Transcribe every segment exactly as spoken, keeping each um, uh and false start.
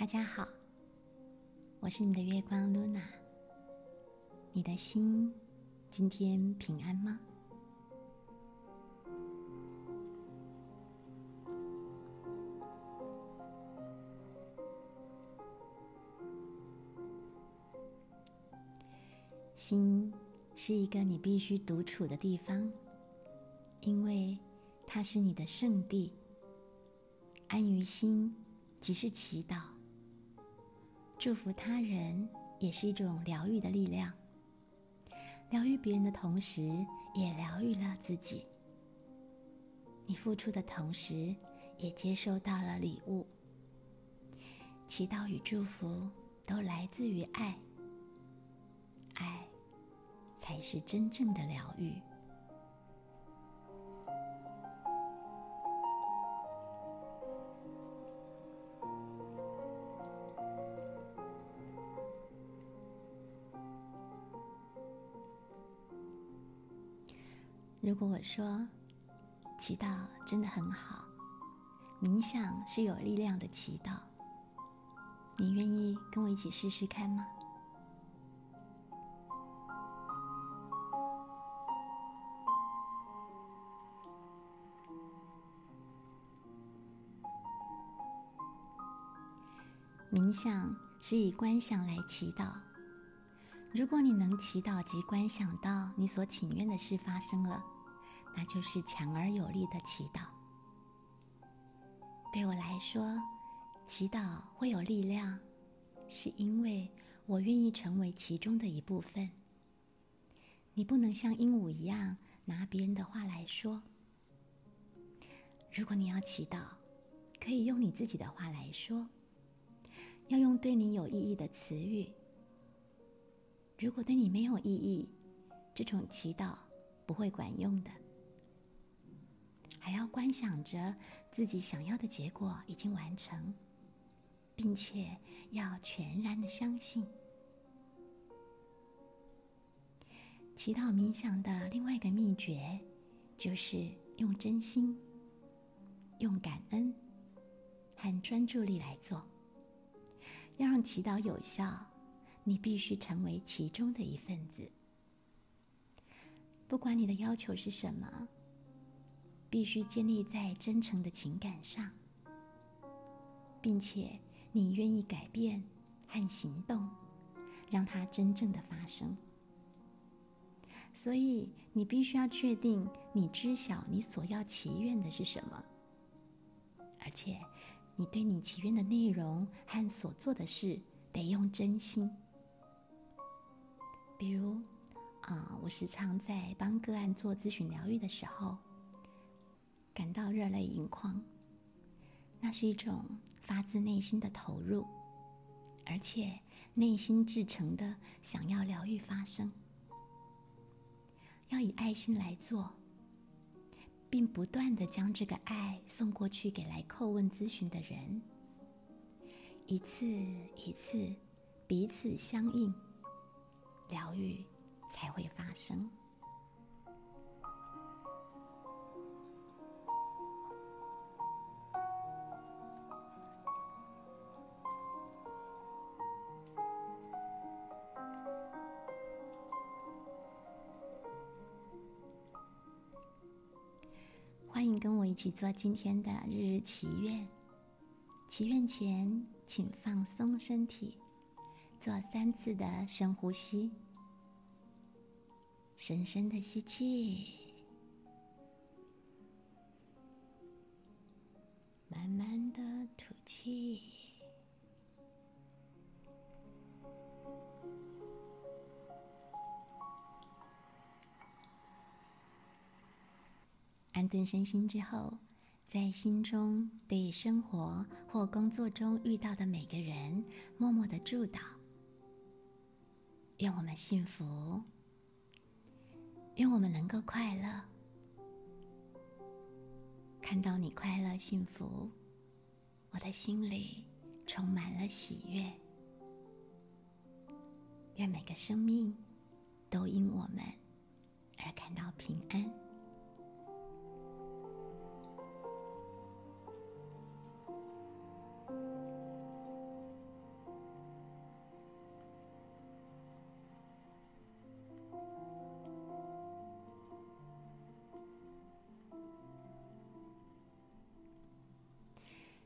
大家好，我是你的月光 Luna。 你的心今天平安吗？心是一个你必须独处的地方，因为它是你的圣地。安于心即是祈祷，祝福他人也是一种疗愈的力量。疗愈别人的同时，也疗愈了自己。你付出的同时，也接收到了礼物。祈祷与祝福都来自于爱，爱才是真正的疗愈。如果我说祈祷真的很好，冥想是有力量的祈祷，你愿意跟我一起试试看吗？冥想是以观想来祈祷，如果你能祈祷及观想到你所请愿的事发生了，那就是强而有力的祈祷。对我来说，祈祷会有力量，是因为我愿意成为其中的一部分。你不能像鹦鹉一样拿别人的话来说。如果你要祈祷，可以用你自己的话来说，要用对你有意义的词语。如果对你没有意义，这种祈祷不会管用的。还要观想着自己想要的结果已经完成，并且要全然的相信。祈祷冥想的另外一个秘诀，就是用真心、用感恩和专注力来做。要让祈祷有效，你必须成为其中的一份子。不管你的要求是什么，必须建立在真诚的情感上，并且你愿意改变和行动，让它真正的发生。所以你必须要确定你知晓你所要祈愿的是什么，而且你对你祈愿的内容和所做的事得用真心。比如啊，我时常在帮个案做咨询疗愈的时候，感到热泪盈眶，那是一种发自内心的投入，而且内心至诚的想要疗愈发生。要以爱心来做，并不断的将这个爱送过去给来叩问咨询的人，一次一次彼此相应，疗愈才会发生。欢迎跟我一起做今天的日日祈愿。祈愿前，请放松身体，做三次的深呼吸。深深的吸气，慢慢的吐气。安顿身心之后，在心中对生活或工作中遇到的每个人默默的祝祷。愿我们幸福，愿我们能够快乐。看到你快乐幸福，我的心里充满了喜悦。愿每个生命都因我们而感到平安。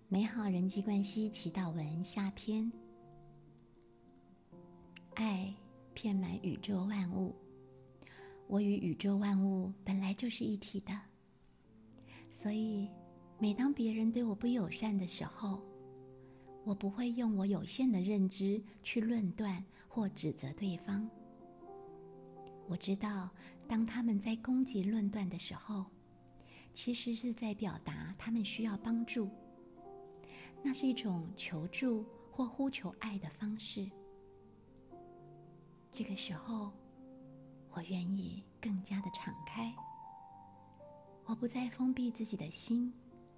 美好人际关系祈祷文下篇。爱遍满宇宙万物，我与宇宙万物本来就是一体的，所以每当别人对我不友善的时候，我不会用我有限的认知去论断或指责对方。我知道，当他们在攻击论断的时候，其实是在表达他们需要帮助，那是一种求助或呼求爱的方式。这个时候，我愿意更加的敞开，我不再封闭自己的心。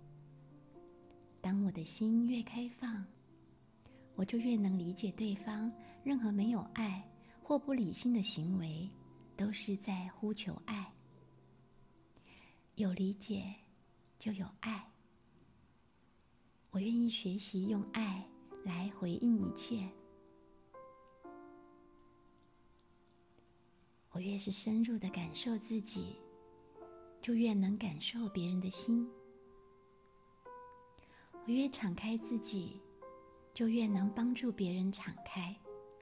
当我的心越开放，我就越能理解对方。任何没有爱或不理性的行为，都是在呼求爱。有理解，就有爱。我愿意学习用爱来回应一切。我越是深入的感受自己，就越能感受别人的心。我越敞开自己，就越能帮助别人敞开。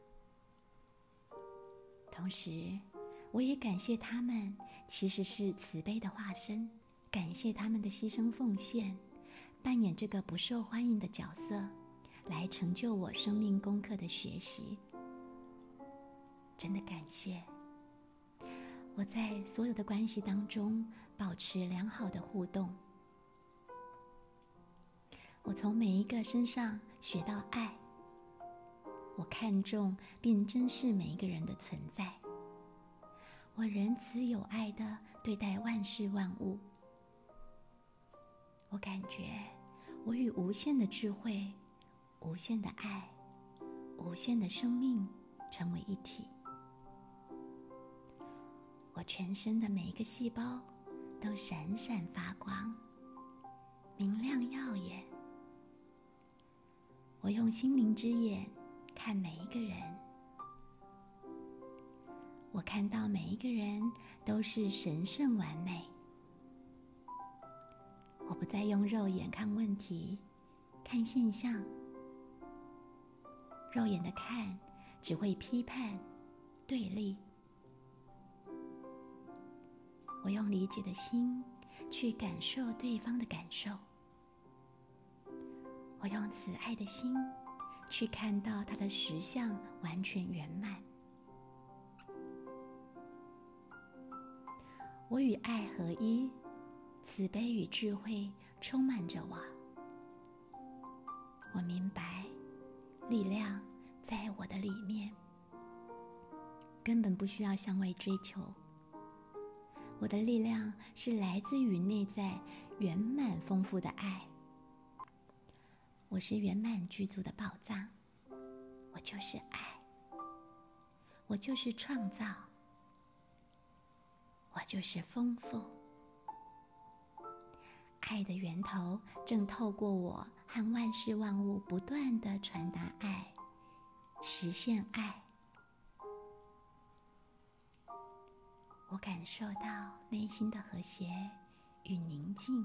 同时，我也感谢他们其实是慈悲的化身，感谢他们的牺牲奉献，扮演这个不受欢迎的角色，来成就我生命功课的学习。真的感谢。我在所有的关系当中保持良好的互动。我从每一个身上学到爱。我看重并珍视每一个人的存在。我仁慈有爱地对待万事万物。我感觉我与无限的智慧、无限的爱、无限的生命成为一体。我全身的每一个细胞都闪闪发光，明亮耀眼。我用心灵之眼看每一个人，我看到每一个人都是神圣完美。我不再用肉眼看问题、看现象。肉眼的看只会批判、对立。我用理解的心去感受对方的感受。我用慈爱的心去看到他的实相完全圆满。我与爱合一，慈悲与智慧充满着我。我明白，力量在我的里面，根本不需要向外追求。我的力量是来自于内在圆满丰富的爱。我是圆满具足的宝藏。我就是爱。我就是创造。我就是丰富。爱的源头正透过我和万事万物不断地传达爱，实现爱。我感受到内心的和谐与宁静。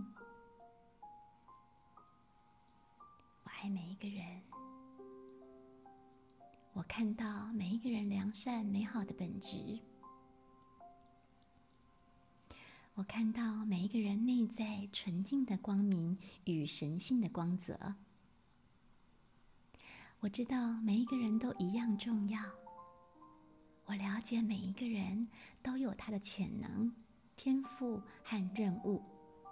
我爱每一个人。我看到每一个人良善美好的本质。我看到每一个人内在纯净的光明与神性的光泽。我知道每一个人都一样重要。我了解每一个人都有他的潜能、天赋和任务。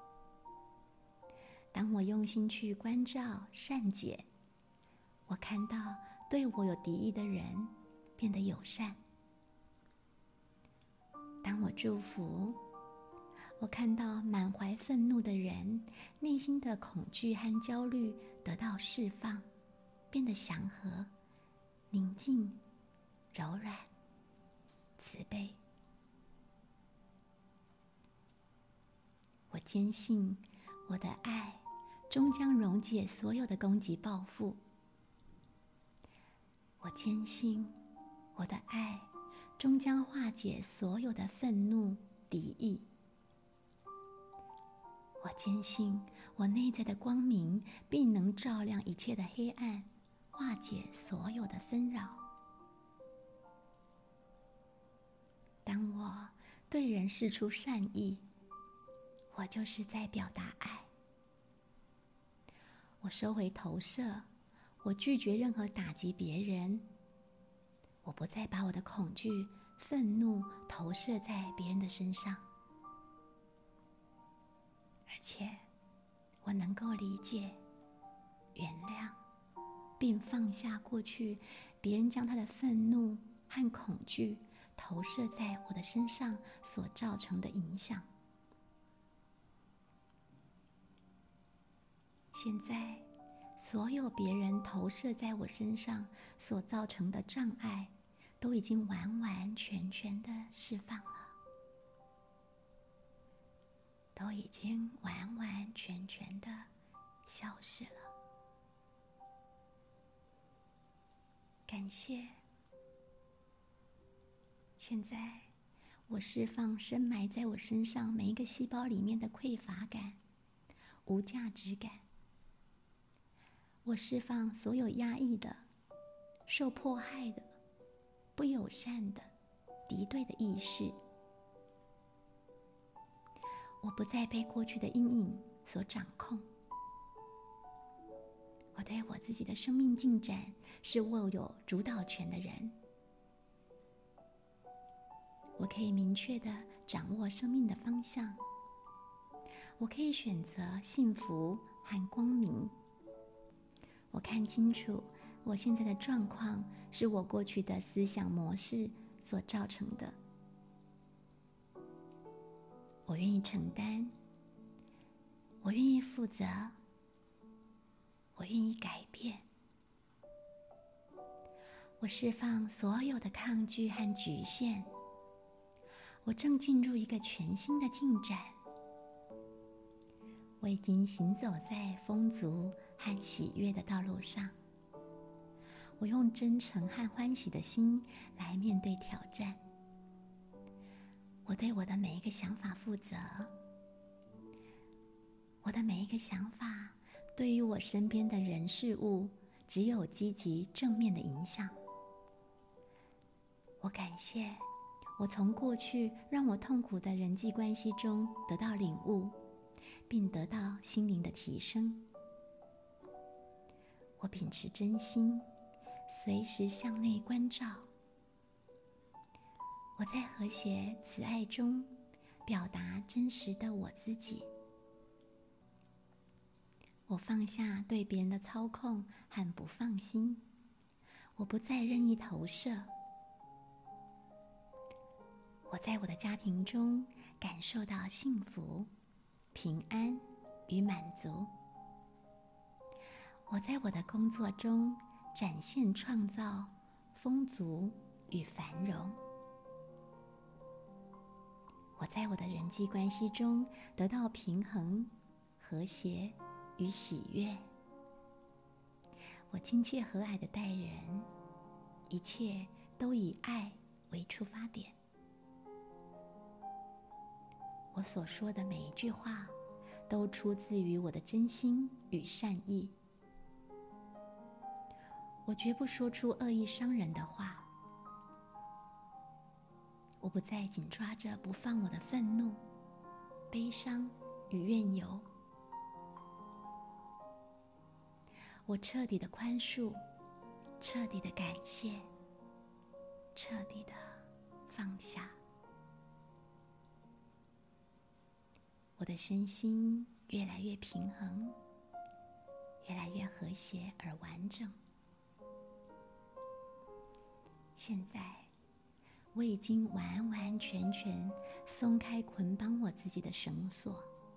当我用心去关照、善解，我看到对我有敌意的人变得友善。当我祝福，我看到满怀愤怒的人内心的恐惧和焦虑得到释放，变得祥和、宁静、柔软、慈悲。我坚信我的爱终将溶解所有的攻击报复。我坚信我的爱终将化解所有的愤怒敌意。 我坚信我内在的光明必能照亮一切的黑暗，化解所有的纷扰。当我对人释出善意，我就是在表达爱。我收回投射，我拒绝任何打击别人。我不再把我的恐惧、愤怒投射在别人的身上，而且我能够理解、原谅，并放下过去别人将他的愤怒和恐惧投射在我的身上所造成的影响。现在，所有别人投射在我身上所造成的障碍，都已经完完全全的释放了，都已经完完全全的消失了。感谢。现在，我释放深埋在我身上每一个细胞里面的匮乏感、无价值感。我释放所有压抑的、受迫害的、不友善的、敌对的意识。我不再被过去的阴影所掌控。我对我自己的生命进展是握有主导权的人。我可以明确地掌握生命的方向。我可以选择幸福和光明。我看清楚，我现在的状况是我过去的思想模式所造成的。我愿意承担，我愿意负责，我愿意改变。我释放所有的抗拒和局限。我正进入一个全新的进展。我已经行走在丰足和喜悦的道路上。我用真诚和欢喜的心来面对挑战。我对我的每一个想法负责。我的每一个想法对于我身边的人事物只有积极正面的影响。我感谢我从过去让我痛苦的人际关系中得到领悟，并得到心灵的提升。我秉持真心，随时向内关照。我在和谐慈爱中表达真实的我自己。我放下对别人的操控和不放心。我不再任意投射。我在我的家庭中感受到幸福、平安与满足。我在我的工作中展现创造、丰足与繁荣。我在我的人际关系中得到平衡、和谐与喜悦。我亲切和蔼地待人，一切都以爱为出发点。我所说的每一句话都出自于我的真心与善意。我绝不说出恶意伤人的话。我不再紧抓着不放我的愤怒、悲伤与怨尤。我彻底的宽恕，彻底的感谢，彻底的放下。我的身心越来越平衡，越来越和谐而完整。现在，我已经完完全全松开捆绑我自己的绳索。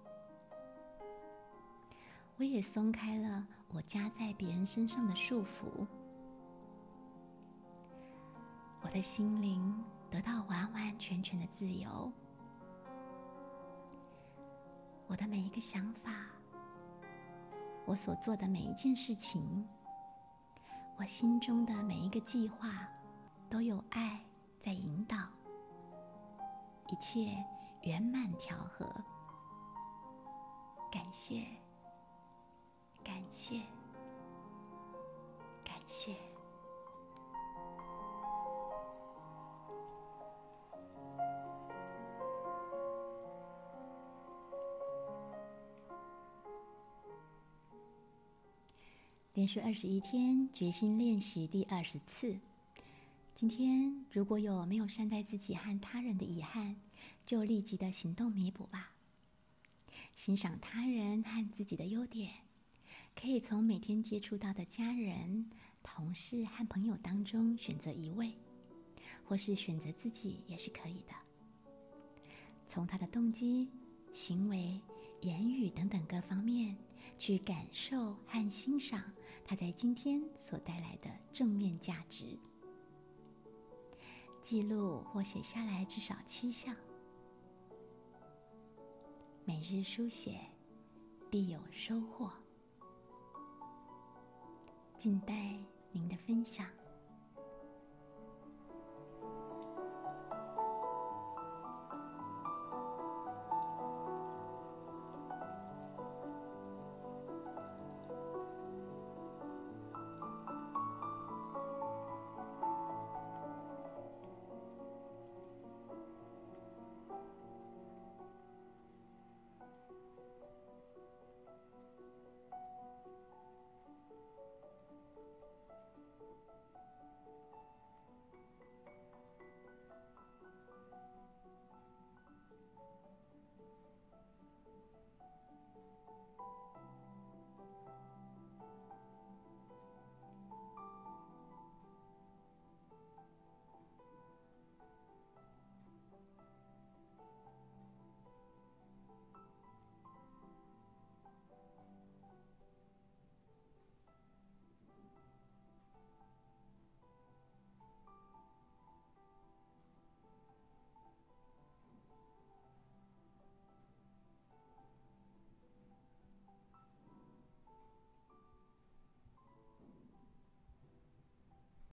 我也松开了我加在别人身上的束缚。我的心灵得到完完全全的自由。我的每一个想法，我所做的每一件事情，我心中的每一个计划，都有爱在引导，一切圆满调和。 感谢，感谢，感谢。连续二十一天，决心练习第二十次。今天如果有没有善待自己和他人的遗憾，就立即的行动弥补吧。欣赏他人和自己的优点，可以从每天接触到的家人、同事和朋友当中选择一位，或是选择自己也是可以的。从他的动机、行为、言语等等各方面去感受和欣赏他在今天所带来的正面价值。记录或写下来至少七项，每日书写必有收获。静待您的分享。